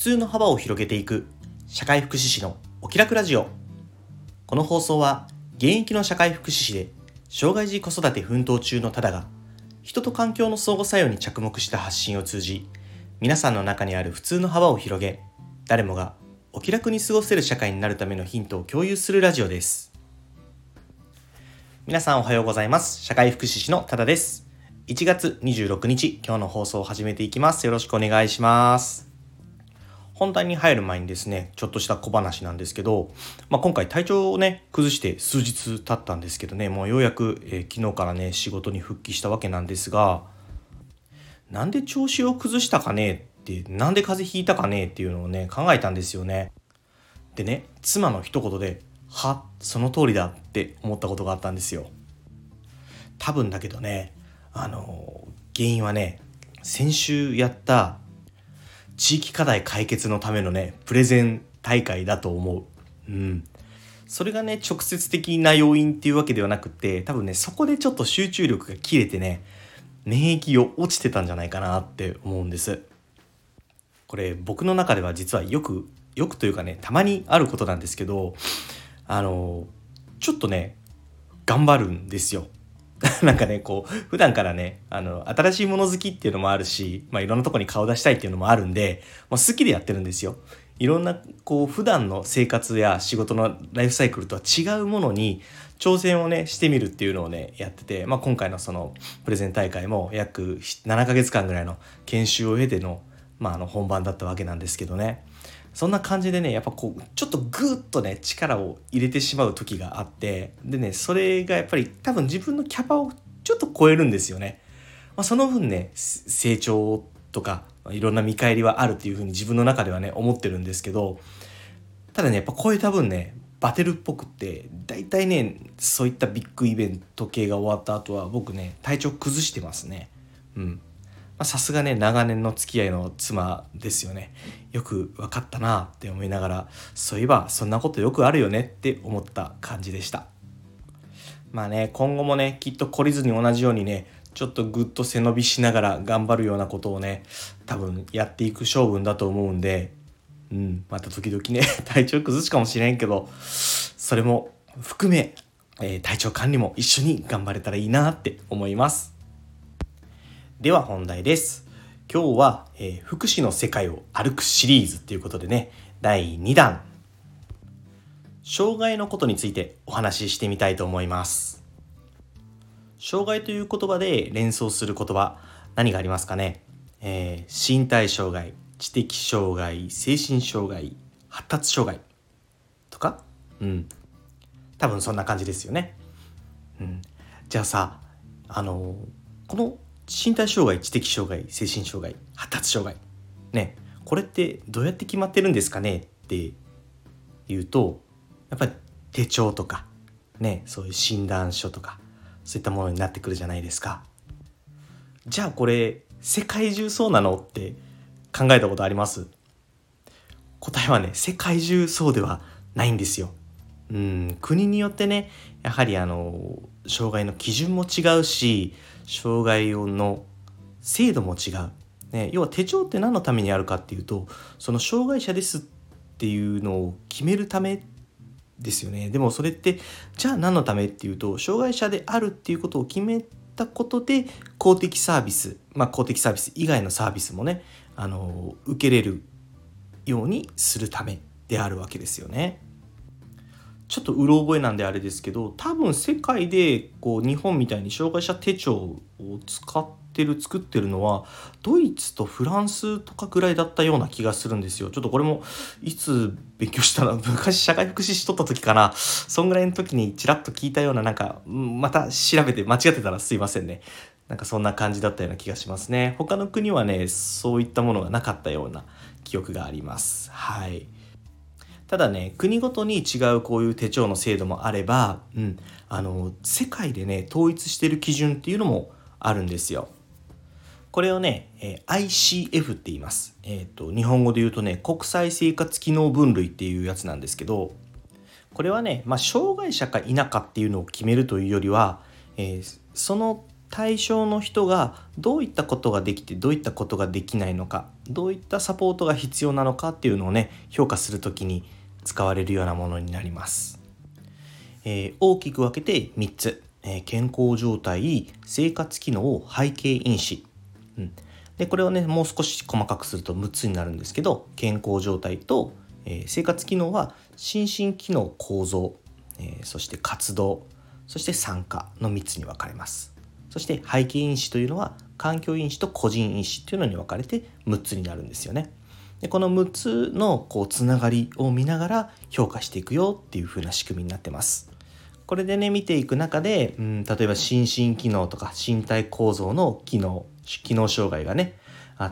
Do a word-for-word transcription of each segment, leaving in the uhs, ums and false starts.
通の幅を広げていく社会福祉士のお気楽ラジオ。この放送は現役の社会福祉士で障害児子育て奮闘中の多田が人と環境の相互作用に着目した発信を通じ、皆さんの中にある普通の幅を広げ、誰もがお気楽に過ごせる社会になるためのヒントを共有するラジオです。皆さんおはようございます。社会福祉士の多田です。いちがつにじゅうろくにち、今日の放送を始めていきます。よろしくお願いします。本題に入る前にですね、ちょっとした小話なんですけど、まあ、今回体調をね崩して数日経ったんですけどね、もうようやく、えー、昨日からね仕事に復帰したわけなんですが、なんで調子を崩したかねって、なんで風邪ひいたかねっていうのをね考えたんですよね。でね、妻の一言ではその通りだって思ったことがあったんですよ。多分だけどね、あの原因はね、先週やった地域課題解決のためのねプレゼン大会だと思う。うん。それがね直接的な要因っていうわけではなくて、多分ねそこでちょっと集中力が切れてね、免疫を落ちてたんじゃないかなって思うんです。これ僕の中では実はよくよくというかね、たまにあることなんですけど、あのちょっとね頑張るんですよ。なんかね、こう普段からね、あの新しいもの好きっていうのもあるし、まあ、いろんなとこに顔出したいっていうのもあるんで、まあ、好きでやってるんですよ。いろんなこう普段の生活や仕事のライフサイクルとは違うものに挑戦をねしてみるっていうのをねやってて、まあ、今回のそのプレゼン大会も約ななかげつかんぐらいの研修を経ての、まあ、あの本番だったわけなんですけどね。そんな感じでね、やっぱこうちょっとグーッとね力を入れてしまう時があって、でね、それがやっぱり多分自分のキャパをちょっと超えるんですよね。まあ、その分ね成長とかいろんな見返りはあるっていうふうに自分の中ではね思ってるんですけど、ただねやっぱ超えた分ねバテるっぽくって、だいたいねそういったビッグイベント系が終わった後は僕ね体調崩してますね。うん。さすがね長年の付き合いの妻ですよね。よく分かったなって思いながら、そういえばそんなことよくあるよねって思った感じでした。まあね、今後もねきっと懲りずに同じようにね、ちょっとぐっと背伸びしながら頑張るようなことをね多分やっていく性分だと思うんで、うん、また時々ね体調崩すかもしれんけど、それも含め、えー、体調管理も一緒に頑張れたらいいなって思います。では本題です。今日は、えー、福祉の世界を歩くシリーズということでね、だいにだん、障害のことについてお話ししてみたいと思います。障害という言葉で連想する言葉、何がありますかね。えー、身体障害、知的障害、精神障害、発達障害とか、うん、多分そんな感じですよね。うん、じゃあさ、あのー、この身体障害、知的障害、精神障害、発達障害ね、これってどうやって決まってるんですかねっていうと、やっぱり手帳とかね、そういう診断書とかそういったものになってくるじゃないですか。じゃあこれ世界中そうなのって考えたことあります？答えはね、世界中そうではないんですよ。うん、国によってね、やはりあの障害の基準も違うし、障害の制度も違う、ね、要は手帳って何のためにあるかっていうと、その障害者ですっていうのを決めるためですよね。でもそれってじゃあ何のためっていうと、障害者であるっていうことを決めたことで公的サービス、まあ公的サービス以外のサービスもね、あの受けれるようにするためであるわけですよね。ちょっとうろ覚えなんであれですけど、多分世界でこう日本みたいに障害者手帳を使ってる作ってるのはドイツとフランスとかぐらいだったような気がするんですよ。ちょっとこれもいつ勉強したの、昔社会福祉士取った時かな、そんぐらいの時にちらっと聞いたような、なんかまた調べて間違ってたらすいませんね。なんかそんな感じだったような気がしますね。他の国はねそういったものがなかったような記憶があります。はい。ただね、国ごとに違うこういう手帳の制度もあれば、うん、あの世界でね統一している基準っていうのもあるんですよ。これをね、えー アイシーエフ って言います。えーと、日本語で言うとね、国際生活機能分類っていうやつなんですけど、これはね、まあ、障害者か否かっていうのを決めるというよりは、えーその対象の人がどういったことができてどういったことができないのか、どういったサポートが必要なのかっていうのをね評価するときに使われるようなものになります。えー、大きく分けてみっつ、えー、健康状態、生活機能、背景因子、うん、でこれをねもう少し細かくするとむっつになるんですけど、健康状態と、えー、生活機能は心身機能構造、えー、そして活動、そして参加のみっつに分かれます。そして背景因子というのは環境因子と個人因子というのに分かれてむっつになるんですよね。でこのむっつのこうつながりを見ながら評価していくよっていう風な仕組みになってます。これでね見ていく中で、うん、例えば心身機能とか身体構造の機能機能障害がねあって、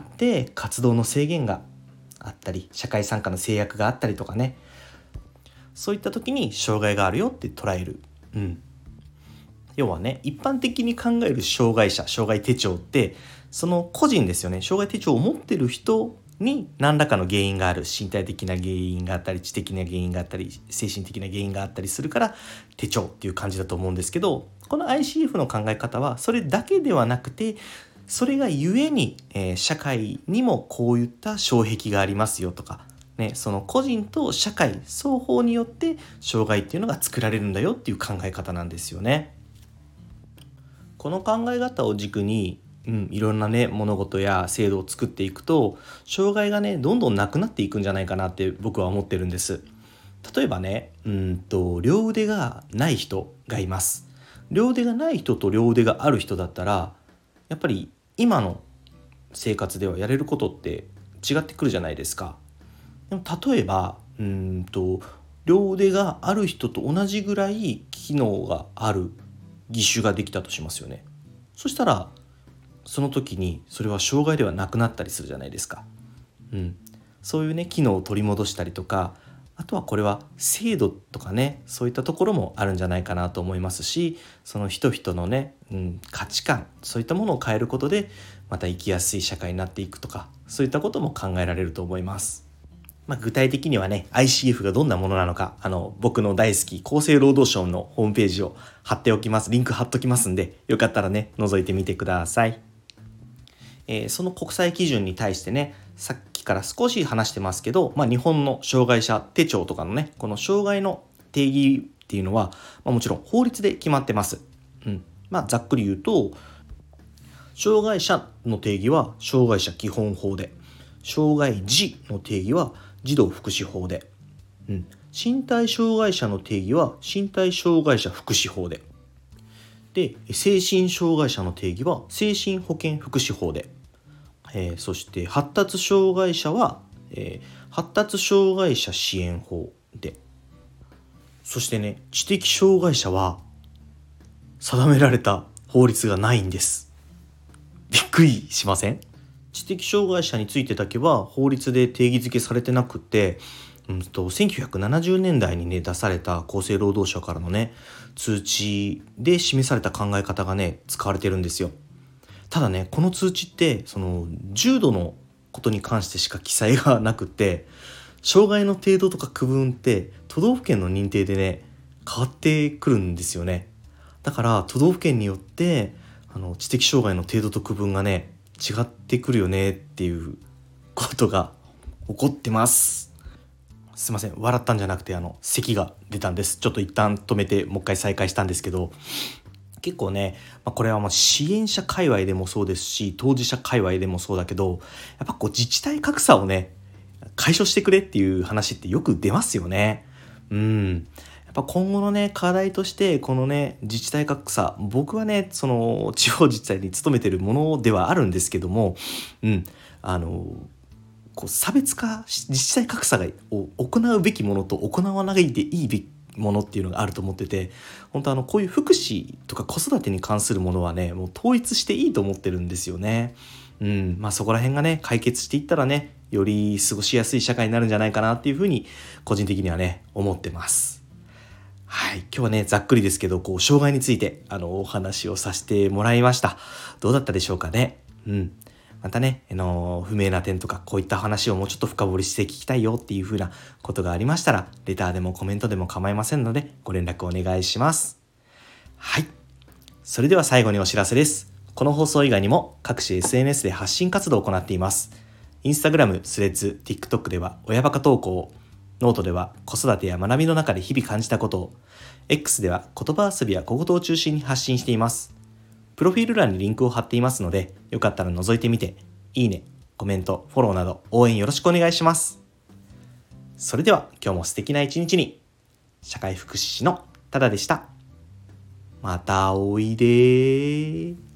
活動の制限があったり社会参加の制約があったりとかね、そういった時に障害があるよって捉える、うん、要はね一般的に考える障害者障害手帳ってその個人ですよね。障害手帳を持ってる人に何らかの原因がある、身体的な原因があったり知的な原因があったり精神的な原因があったりするから手帳っていう感じだと思うんですけど、この アイシーエフ の考え方はそれだけではなくて、それがゆえに、えー、社会にもこういった障壁がありますよとか、ね、その個人と社会双方によって障害っていうのが作られるんだよっていう考え方なんですよね。この考え方を軸に、うん、いろんなね物事や制度を作っていくと障害がねどんどんなくなっていくんじゃないかなって僕は思ってるんです。例えばねうんと両腕がない人がいます。両腕がない人と両腕がある人だったらやっぱり今の生活ではやれることって違ってくるじゃないですか。でも例えばうんと両腕がある人と同じぐらい機能がある義手ができたとしますよね。そしたらその時にそれは障害ではなくなったりするじゃないですか。うん、そういうね機能を取り戻したりとか、あとはこれは制度とかねそういったところもあるんじゃないかなと思いますし、その人々のね、うん、価値観そういったものを変えることでまた生きやすい社会になっていくとか、そういったことも考えられると思います。まあ、具体的にはね アイシーエフ がどんなものなのか、あの僕の大好き厚生労働省のホームページを貼っておきます。リンク貼っときますんで、よかったらね覗いてみてください。えー、その国際基準に対してねさっきから少し話してますけど、まあ、日本の障害者手帳とかのねこの障害の定義っていうのは、まあ、もちろん法律で決まってます。うんまあ、ざっくり言うと障害者の定義は障害者基本法で、障害児の定義は児童福祉法で、うん、身体障害者の定義は身体障害者福祉法で、で精神障害者の定義は精神保健福祉法で、えー、そして発達障害者は、えー、発達障害者支援法で、そしてね知的障害者は定められた法律がないんです。びっくりしません？知的障害者についてだけは法律で定義づけされてなくて、うん、とせんきゅうひゃくななじゅうねんだいにね出された厚生労働省からのね通知で示された考え方がね使われてるんですよ。ただねこの通知ってその重度のことに関してしか記載がなくて、障害の程度とか区分って都道府県の認定でね変わってくるんですよね。だから都道府県によってあの知的障害の程度と区分がね違ってくるよねっていうことが起こってます。すいません、笑ったんじゃなくてあの咳が出たんです。ちょっと一旦止めてもう一回再開したんですけど、結構ね、まあ、これはもう支援者界隈でもそうですし当事者界隈でもそうだけど、やっぱこう自治体格差をね解消してくれっていう話ってよく出ますよね。うんやっぱ今後のね課題としてこのね自治体格差、僕はねその地方自治体に勤めてるものではあるんですけども、うんあのこう差別化自治体格差を行うべきものと行わないでいいべきものっていうのがあると思ってて、本当あのこういう福祉とか子育てに関するものはねもう統一していいと思ってるんですよね。うんまあそこら辺がね解決していったらねより過ごしやすい社会になるんじゃないかなっていうふうに個人的にはね思ってます。はい、今日はねざっくりですけどこう障害についてあのお話をさせてもらいました。どうだったでしょうかね。うんまたね、あの不明な点とかこういった話をもうちょっと深掘りして聞きたいよっていう風なことがありましたらレターでもコメントでも構いませんのでご連絡お願いします。はい、それでは最後にお知らせです。 この放送以外にも各種 エスエヌエス で発信活動を行っています。インスタグラム、スレッズ、TikTok では親バカ投稿を、ノートでは子育てや学びの中で日々感じたことを、X では言葉遊びや小言を中心に発信しています。プロフィール欄にリンクを貼っていますので、よかったら覗いてみて、いいね、コメント、フォローなど応援よろしくお願いします。それでは今日も素敵な一日に。社会福祉士のただでした。またおいでー。